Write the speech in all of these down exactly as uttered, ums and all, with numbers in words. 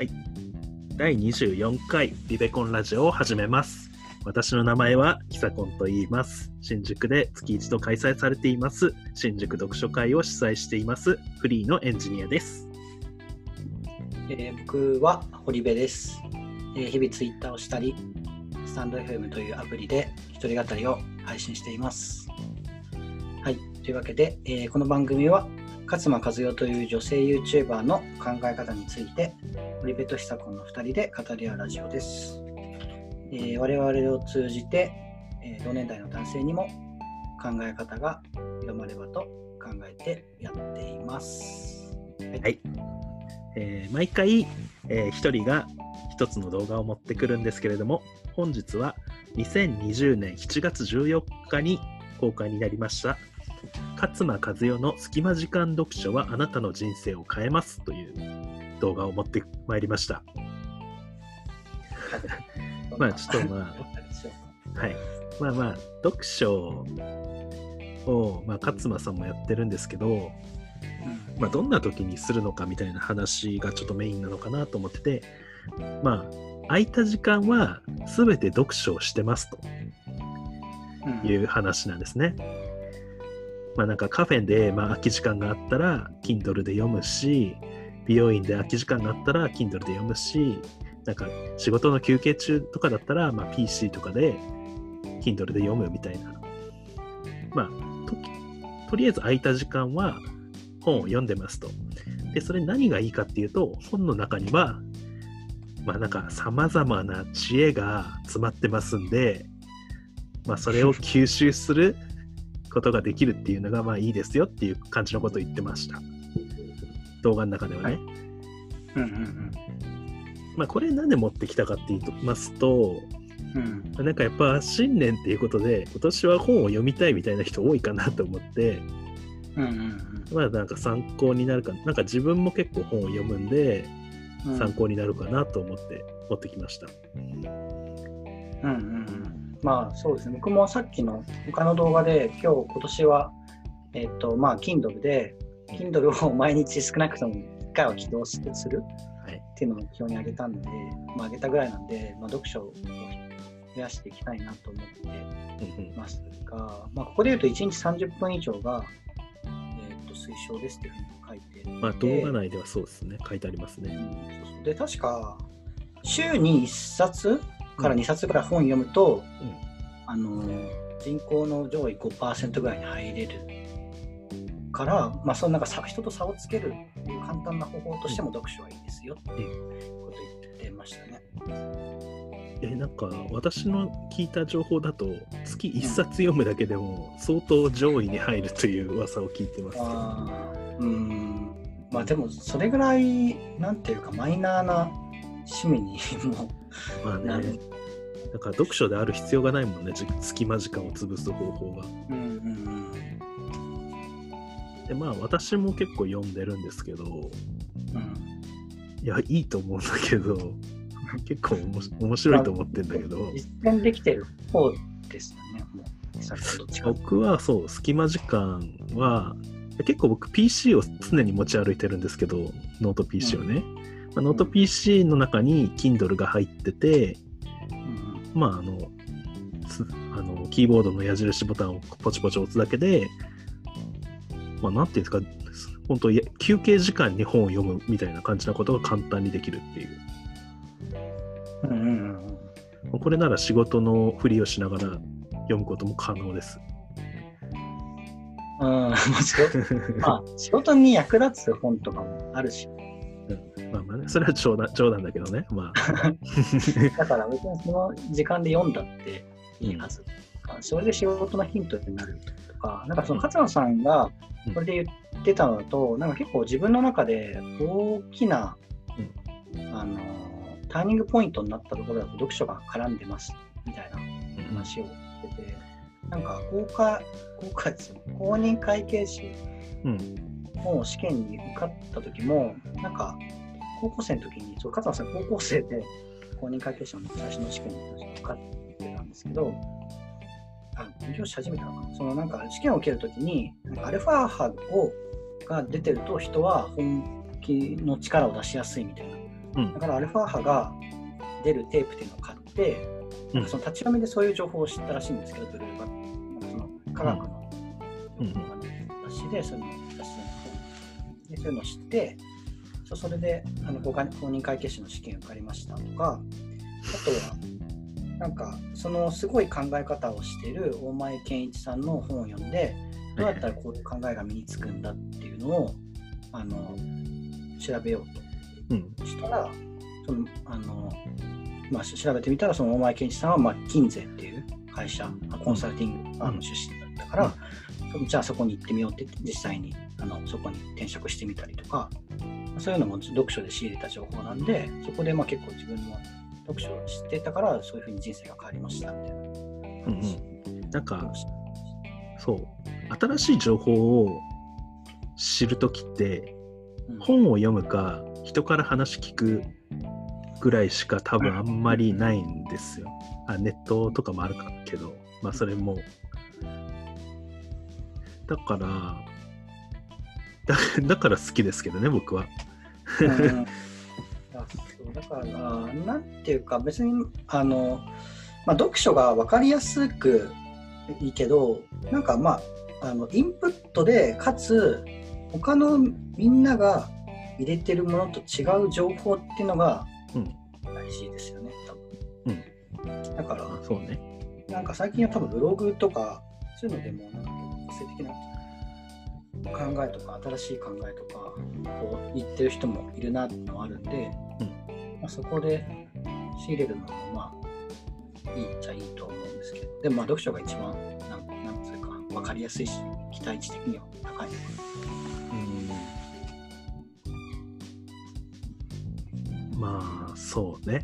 はい。だいにじゅうよんかいリベコンラジオを始めます。私の名前はキサコンと言います。新宿で月一度開催されています新宿読書会を主催していますフリーのエンジニアです。 えー、僕は堀部です、えー、日々ツイッターをしたりスタンド エフエム というアプリで一人語りを配信しています。はい、というわけで、えー、この番組は勝間和代という女性 YouTuber の考え方について堀部と久子のふたりで語り合うラジオです。えー、我々を通じて、えー、同年代の男性にも考え方が広まればと考えてやっています。 はい、はいえー、毎回、えー、ひとりがひとつの動画を持ってくるんですけれども、本日はにせんにじゅうねんしちがつじゅうよっかに公開になりました勝間和代の隙間時間読書はあなたの人生を変えますという動画を持ってまいりました。まあちょっとまあはいまあまあ読書を、まあ、勝間さんもやってるんですけど、まあ、どんな時にするのかみたいな話がちょっとメインなのかなと思ってて、まあ空いた時間は全て読書をしてますという話なんですね。まあなんかカフェでまあ空き時間があったら Kindle で読むし、美容院で空き時間があったら Kindle で読むし、なんか仕事の休憩中とかだったらまあ ピーシー とかで Kindle で読むみたいな。まあ と, とりあえず空いた時間は本を読んでますと。でそれ何がいいかっていうと、本の中にはまあなんか様々な知恵が詰まってますんで、まあそれを吸収することができるっていうのがまあいいですよっていう感じのことを言ってました。動画の中ではね。はいうんうんうんまあ、これなんで持ってきたかって言いますと、うん、なんかやっぱ新年っていうことで今年は本を読みたいみたいな人多いかなと思って、うんうんうん、まあなんか参考になるかなんか自分も結構本を読むんで、うん、参考になるかなと思って持ってきました。 うんうんうんまあそうですね。僕もさっきの他の動画で今日今年はえっとまあ Kindle で Kindle を毎日少なくともいっかいは起動してするっていうのを目標に挙げたんで、まあ上げたぐらいなんで、まあ、読書を増やしていきたいなと思ってますが、まあここで言うといちにちさんじゅっぷん以上が、えー、と推奨ですっていうふうに書いていて、 まあ動画内ではそうですね、書いてありますね。 うん、そうそうで確か週にいっさつからにさつぐらい本読むと、うん、あの人口の上位 ごパーセント ぐらいに入れるから、まあ、そのなんか差人と差をつけるっていう簡単な方法としても読書はいいですよっていうことを言ってましたね。 えなんか私の聞いた情報だと月いっさつ読むだけでも相当上位に入るという噂を聞いてますけど、あうんまあでもそれぐらいなんていうかマイナーな趣味にもまあね、なんか読書である必要がないもんね、隙間時間を潰す方法が。うんうんうんでまあ私も結構読んでるんですけど、うん、いやいいと思うんだけど結構面白いと思ってんだけど、まあ、 実践できてる方ですよね。もうさっきどっちか僕はそう隙間時間は結構僕 ピーシー を常に持ち歩いてるんですけど、ノート ピーシー をね、うんまあ、ノート ピーシー の中に Kindle が入ってて、うん、まああのあのキーボードの矢印ボタンをポチポチ押すだけでまあ、なんていうんですか、本当休憩時間に本を読むみたいな感じなことが簡単にできるっていう。うんうんうん、これなら仕事のふりをしながら読むことも可能です。 うん、まあ仕事に役立つ本とかもあるし。 うん、まあまあね、それは冗談、冗談だけどね。まあ。 だから別にその時間で読んだっていいはず。うん、それで仕事のヒントになるとか、なんかその勝間さんがこれで言ってたのだと、なんか結構自分の中で大きな、うん、あのターニングポイントになったところだと読書が絡んでますみたいな話をしてて、うん、なんか公開公開ですよ公認会計士の試験に受かった時も、なんか高校生の時にそう勝間さん高校生で公認会計士の最初の試験に受かってたんですけど。あ勉強し始めたのかな。そのなんか試験を受けるときにアルファ波をが出てると人は本気の力を出しやすいみたいなうん、 だからアルファ波が出るテープっていうのを買って、うん、その立ち読みでそういう情報を知ったらしいんですけど、ブルーがその科学の雑誌でそういうのを雑誌でそういうのを知って、そそれであの公認会計士の試験受かりましたとか、あとはなんかそのすごい考え方をしている大前健一さんの本を読んで、どうやったらこういう考えが身につくんだっていうのをあの調べようとしたら、うん、そのあの、まあ、調べてみたらその大前健一さんはマッキンゼっていう会社、コンサルティングファームの出身だったから、うん、じゃあそこに行ってみようって言って実際にあのそこに転職してみたりとか、そういうのも読書で仕入れた情報なんで、そこでまあ結構自分の読書を知ってたからそういうふうに人生が変わりましたみたいな話、 うんうん、なんかそう新しい情報を知るときって、うん、本を読むか人から話聞くぐらいしか多分あんまりないんですよ。あ、ネットとかもあるかけど、まあそれもだからだ, だから好きですけどね、僕は。 うん、だからなんていうか別にあの、まあ、読書が分かりやすくいいけど、なんかまああのインプットでかつ他のみんなが入れてるものと違う情報っていうのが大事ですよね、多分。うん、だからそうね。 なんか最近は多分ブログとかそういうのでもなんか個性的な考えとか新しい考えとかを言ってる人もいるなっていうのはあるんで、うん、まあ、そこで仕入れるのもまあいいっちゃいいと思うんですけど、でもまあ読書が一番なんなんつうか分かりやすいし期待値的には高いのかな。 うん、まあそうね。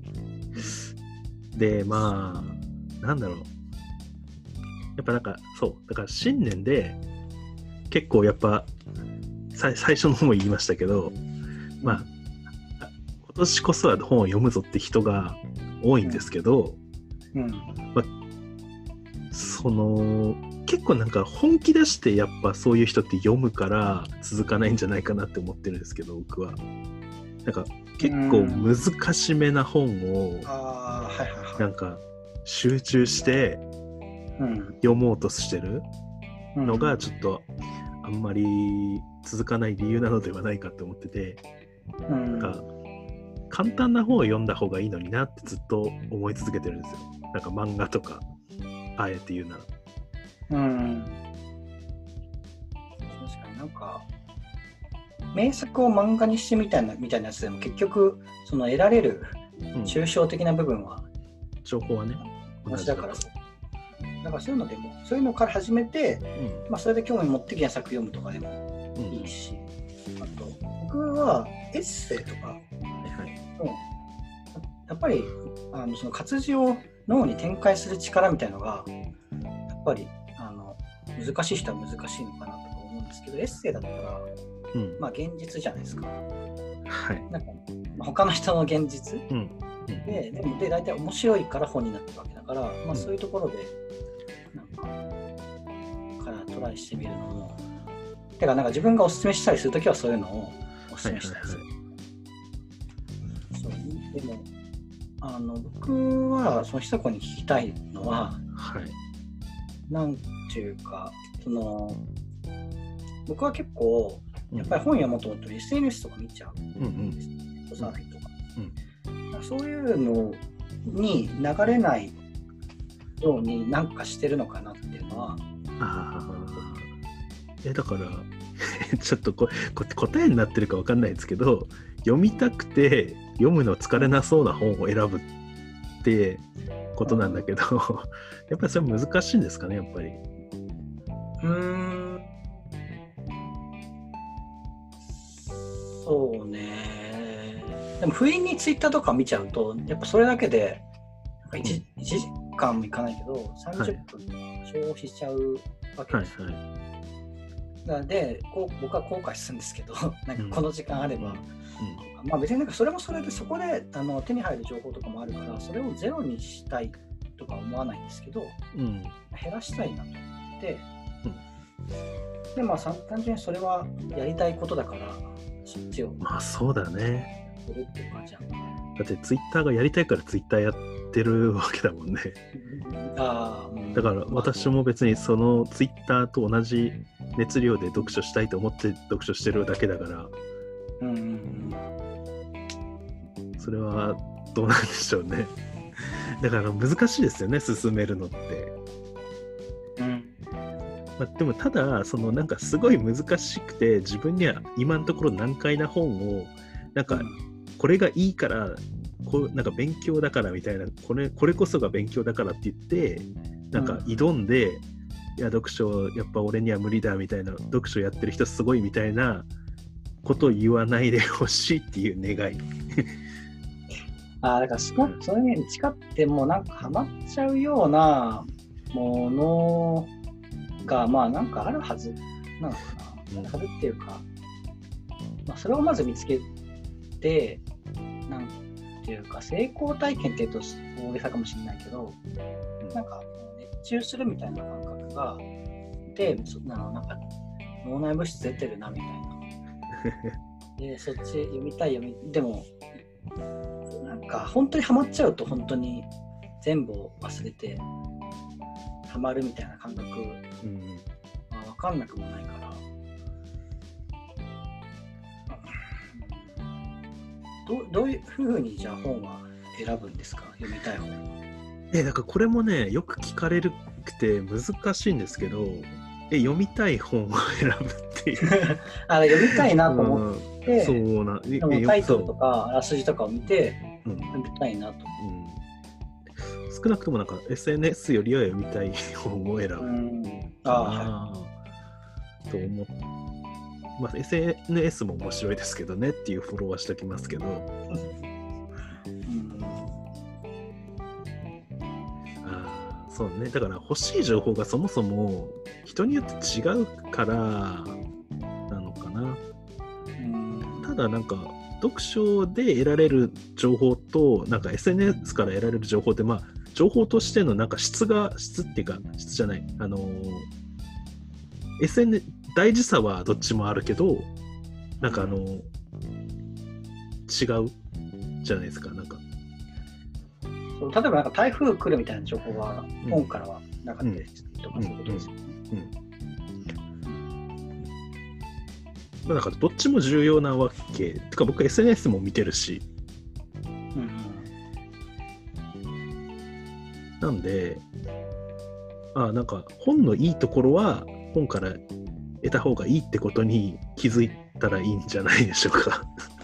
でまあなんだろう、やっぱなんかそうだから新年で結構やっぱ最初の方も言いましたけど、まあ今年こそは本を読むぞって人が多いんですけど、うんうん、まあ、その結構なんか本気出してやっぱそういう人って読むから続かないんじゃないかなって思ってるんですけど、僕はなんか結構難しめな本をなんか集中して読もうとしてるのがちょっとあんまり続かない理由なのではないかって思ってて、なんか簡単な本を読んだ方がいいのになってずっと思い続けてるんですよ。なんか漫画とかあえて言うなら。うん。 確かになんか名作を漫画にしてみたいなみたいなやつでも結局その得られる抽象的な部分は、 うん、情報はね同じだから。だからそういうのでもそういうのから始めて、うん、まあ、それで興味持って原作読むとかでもいいし、うん、あと僕はエッセイとか、はいはい、やっぱりあのその活字を脳に展開する力みたいなのがやっぱりあの難しい人は難しいのかなと思うんですけど、エッセイだったら、うん、まあ現実じゃないですか。はい。なんか、まあ、他の人の現実、うん、で、でもで大体面白いから本になってるわけだから、まあ、そういうところでなんかからトライしてみるのも、てかなんか自分がおすすめしたりするときはそういうのをおすすめしたりする。はいはいはい、そうでもあの僕はその久子に聞きたいのは、はい、なんていうかその僕は結構やっぱり本読もうと思って エスエヌエス とか見ちゃうんです、ネットサーフィンとか、うん、そういうのに流れないようになんかしてるのかなっていうのは。 あえだからちょっとここ答えになってるか分かんないですけど、読みたくて読むの疲れなそうな本を選ぶってことなんだけど、うん、やっぱりそれ難しいんですかね、やっぱり。うーんそうね。でも不意にツイッターとか見ちゃうとやっぱそれだけで 1, 1時間もいかないけどさんじゅっぷん消費しちゃうわけです、はいはい、なのでこう僕は後悔するんですけどなんかこの時間あれば、うんうん、まあ別になんかそれもそれでそこであの手に入る情報とかもあるからそれをゼロにしたいとか思わないんですけど、うん、減らしたいなと思って、うん、でまあ単純にそれはやりたいことだからそっちをまあそうだねするっていう感じなの。 だってツイッターがやりたいからツイッターやってるわけだもんね。 あ、うん、 だから私も別にそのツイッターと同じ熱量で読書したいと思って読書してるだけだから、 うんうんうん、 それはどうなんでしょうね。だから難しいですよね、進めるのって。 うん、 まあ、でもただそのなんかすごい難しくて自分には今のところ難解な本をなんかこれがいいからこうなんか勉強だからみたいな、これこれこそが勉強だからって言ってなんか挑んで、うん、いや読書やっぱ俺には無理だみたいな、読書やってる人すごいみたいなことを言わないでほしいっていう願い。 ああ、だからそそれに誓ってもうなんかハマっちゃうようなものがまあなんかあるはずなのかな、うん、はずっていうか、まあ、それをまず見つけて、なんていうか成功体験っていうと大げさかもしれないけど、うん、なんか熱中するみたいな感覚がで、なんか脳内物質出てるなみたいなでそっち読みたい読みでもなんか本当にハマっちゃうと本当に全部を忘れてハマるみたいな感覚、うんまあ、分かんなくもないから、ど, どういうふうにじゃあ本は選ぶんですか、読みたい本。 えだからこれもねよく聞かれるくて難しいんですけど、え読みたい本を選ぶっていうあ読みたいなと思って、うん、 そうなでもタイトルとかあらすじとかを見て、うん、読みたいなと、 うん、少なくともなんか エスエヌエス よりは読みたい本を選ぶ、うん、ああ、はい、と思って、まあ、エスエヌエス も面白いですけどねっていうフォローはしておきますけど、うん、あそうね、だから欲しい情報がそもそも人によって違うからなのかな。うん、ただなんか読書で得られる情報となんか エスエヌエス から得られる情報ってまあ情報としてのなんか質が質っていうか質じゃないあのー、エスエヌエス 大事さはどっちもあるけどなんかあのー、違うじゃないですか。なんかそう例えばなんか台風来るみたいな情報は本からはなかったりとかそういうことですよね。うんうんうんまあ、だからどっちも重要なわけてか僕 エスエヌエス も見てるし、うんうん、なんであなんか本のいいところは本から得た方がいいってことに気づいたらいいんじゃないでしょうか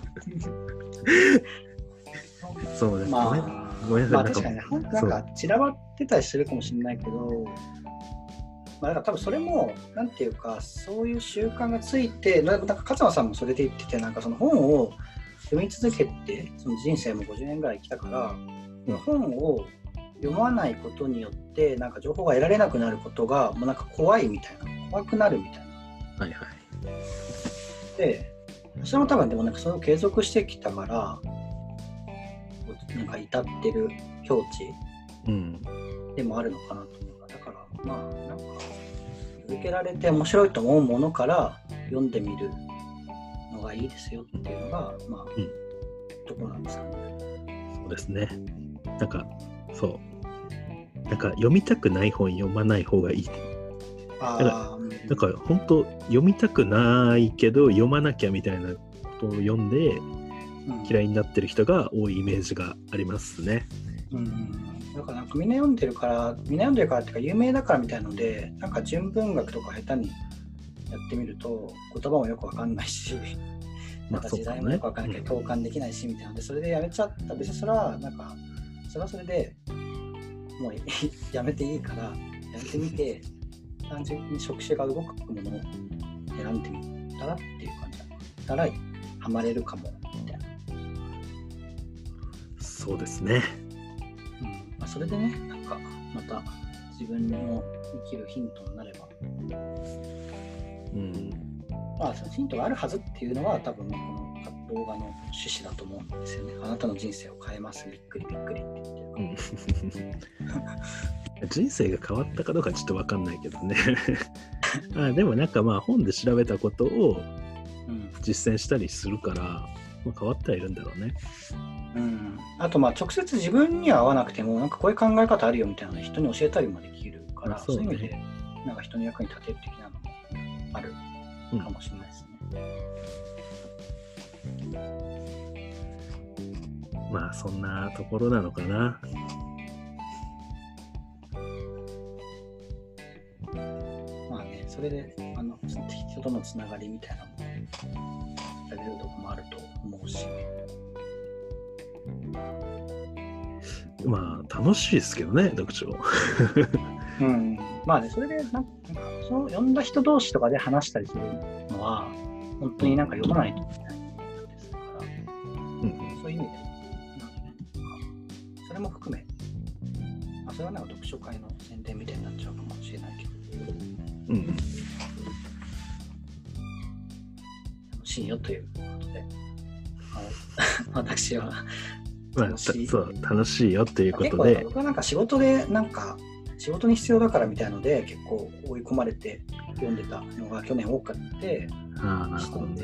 そうですね、まあ、 ごめんなさい、まあ、確かに本なんか散らばってたりするかもしれないけど、まあ、だから多分それもなんていうかそういう習慣がついてなんか勝間さんもそれで言っててなんかその本を読み続けてその人生もごじゅうねんぐらい来たから、うん、本を読まないことによってなんか情報が得られなくなることがもうなんか怖いみたいな怖くなるみたいな。 はいはい。 でそれも多分でもなんかそれを継続してきたからなんか至ってる境地でもあるのかなと思う。だからまあなんか続けられて面白いと思うものから読んでみるのがいいですよっていうのがまあ、うん、とこなんですかね。 そうですね。なんかそうなんか読みたくない本読まない方がいい。あだからだから本当読みたくないけど読まなきゃみたいなことを読んで、うん、嫌いになってる人が多いイメージがありますね。 うん、だからなんかみんな読んでるからみんな読んでるからっていうか有名だからみたいのでなんか純文学とか下手にやってみると言葉もよくわかんないしなんか時代もよくわかんないけど共感できないしみたいなのでそれでやめちゃった別にそれはなんかそれはそれでもうやめていいからやめてみて単純に触手が動くものを選んでみたらっていう感じだったらハマれるかもみたいな。 そうですね。 うんまあ、それでねなんかまた自分の生きるヒントになれば、うんまあ、そのヒントがあるはずっていうのは多分この動画の趣旨だと思うんですよね。あなたの人生を変えますびっくりびっくりって言ってるから、 うん、人生が変わったかどうかちょっと分かんないけどねあでもなんかまあ本で調べたことを実践したりするから、 まあ、変わってはいるんだろうね。 うん、あとまあ直接自分には合わなくてもなんかこういう考え方あるよみたいなの人に教えたりもできるから、そうね、そういう意味でなんか人の役に立てる的なのもあるかもしれないですね。うん、まあそんなところなのかな。 まあね、それであの人とのつながりみたいなのもやれるとこもあると思うし。 まあ楽しいですけどね、読書。 うん、まあね、それでなんかその読んだ人同士とかで話したりするのは本当になんか読まないといけないですから、うん、そういう意味でなんか、ね、それも含め、まあ、それはなんか読書会の宣伝みたいになっちゃうかもしれないけど、うん、楽しいよということで、あの私は楽しい、まあ、そう楽しいよということで、 結構僕はなんか仕事でなんか仕事に必要だからみたいので結構追い込まれて読んでたのが去年多かったで、 ああなるほどね。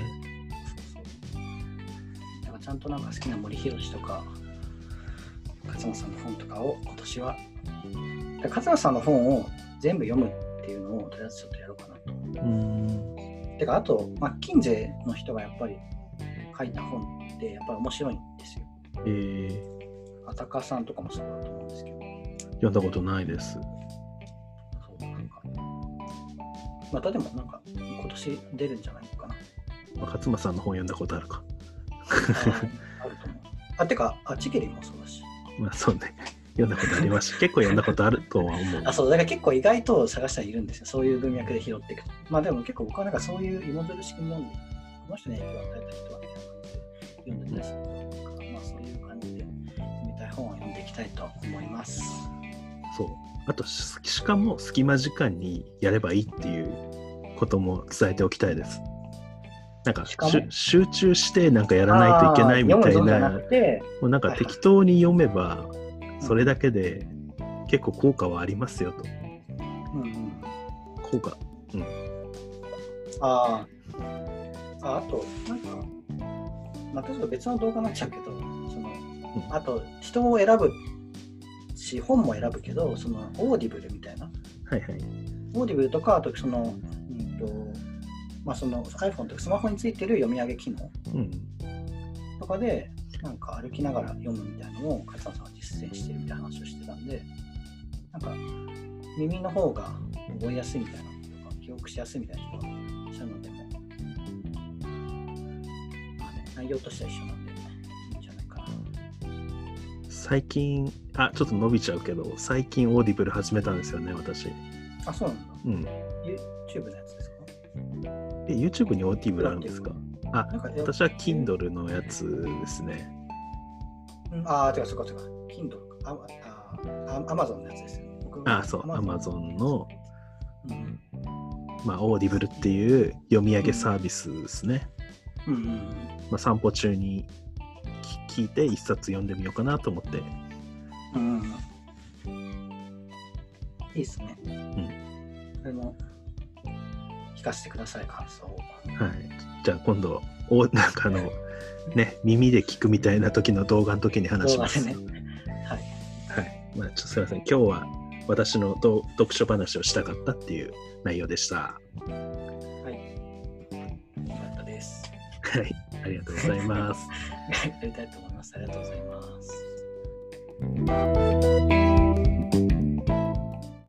だからちゃんとなんか好きな森博とか勝間さんの本とかを今年は勝間さんの本を全部読むっていうのをとりあえずちょっとやろうかなと。うーんてかあとマッキンゼの人がやっぱり書いた本ってやっぱり面白いんですよ。えー、浅香さんとかもそうだと思うんですけど読んだことないです。 そうなんかまたでもなんか今年出るんじゃないのかな。 まあ、勝間さんの本読んだことあるか。 あ, あると思う。あてかあチケリンもそうだし。 まあそうね。読んだことありますし、結構読んだことあるとは思う。 あそうだから結構意外と探したらいるんですよ。そういう文脈で拾っていくと。まあでも結構僕はなんかそういう芋づる式に読んで、この人に影響を与えた人はみたいな感じで読んでたりするから、まあそういう感じで読みたい本を読んでいきたいと思います。 そう。あとしかも隙間時間にやればいいっていうことも伝えておきたいです。なんか集中してなんかやらないといけないみたいな、もうなんか適当に読めばそれだけで結構効果はありますよと。うんうん、効果。うん。 ああ。あとなんかまたちょっと別の動画になっちゃうけど、その、うん、あと人を選ぶし本も選ぶけど、そのオーディブルみたいな。 はいはい。 オーディブルとかあとその、うんとまあ、その iPhone とかスマホについてる読み上げ機能とかで、うん、なんか歩きながら読むみたいなのを勝間さんは実践してるみたいな話をしてたんで、なんか耳の方が覚えやすいみたいなとか記憶しやすいみたいな人はそういうのでも、まあね、内容としては一緒なんで、ね、いいんじゃないかな。 最近あちょっと伸びちゃうけど最近オーディブル始めたんですよね私。 あそうなんだ。 うん。 YouTube のやつですか？ え、YouTube にオーディブルあるんですか？あ、私は Kindle のやつですね。 うん、ああ、てか、そこそこ。Kindle か。ああ、Amazon のやつですよね。 ああ、そう、Amazon の、うん、まあ、オーディブルっていう読み上げサービスですね。うんうんうん、まあ、散歩中に聞いて一冊読んでみようかなと思って。うんうん、 いいっすね。うん。それも聞かせてください、感想を。 はい。じゃあ今度、おなんかあの、ね、耳で聞くみたいな時の動画の時に話します。 動画でね。はい。 はい。まあ、ちょっとすいません。今日は私の読書話をしたかったっていう内容でした。はい。 よかったです。 はい。ありがとうございます。 やりたいと思います。ありがとうございます。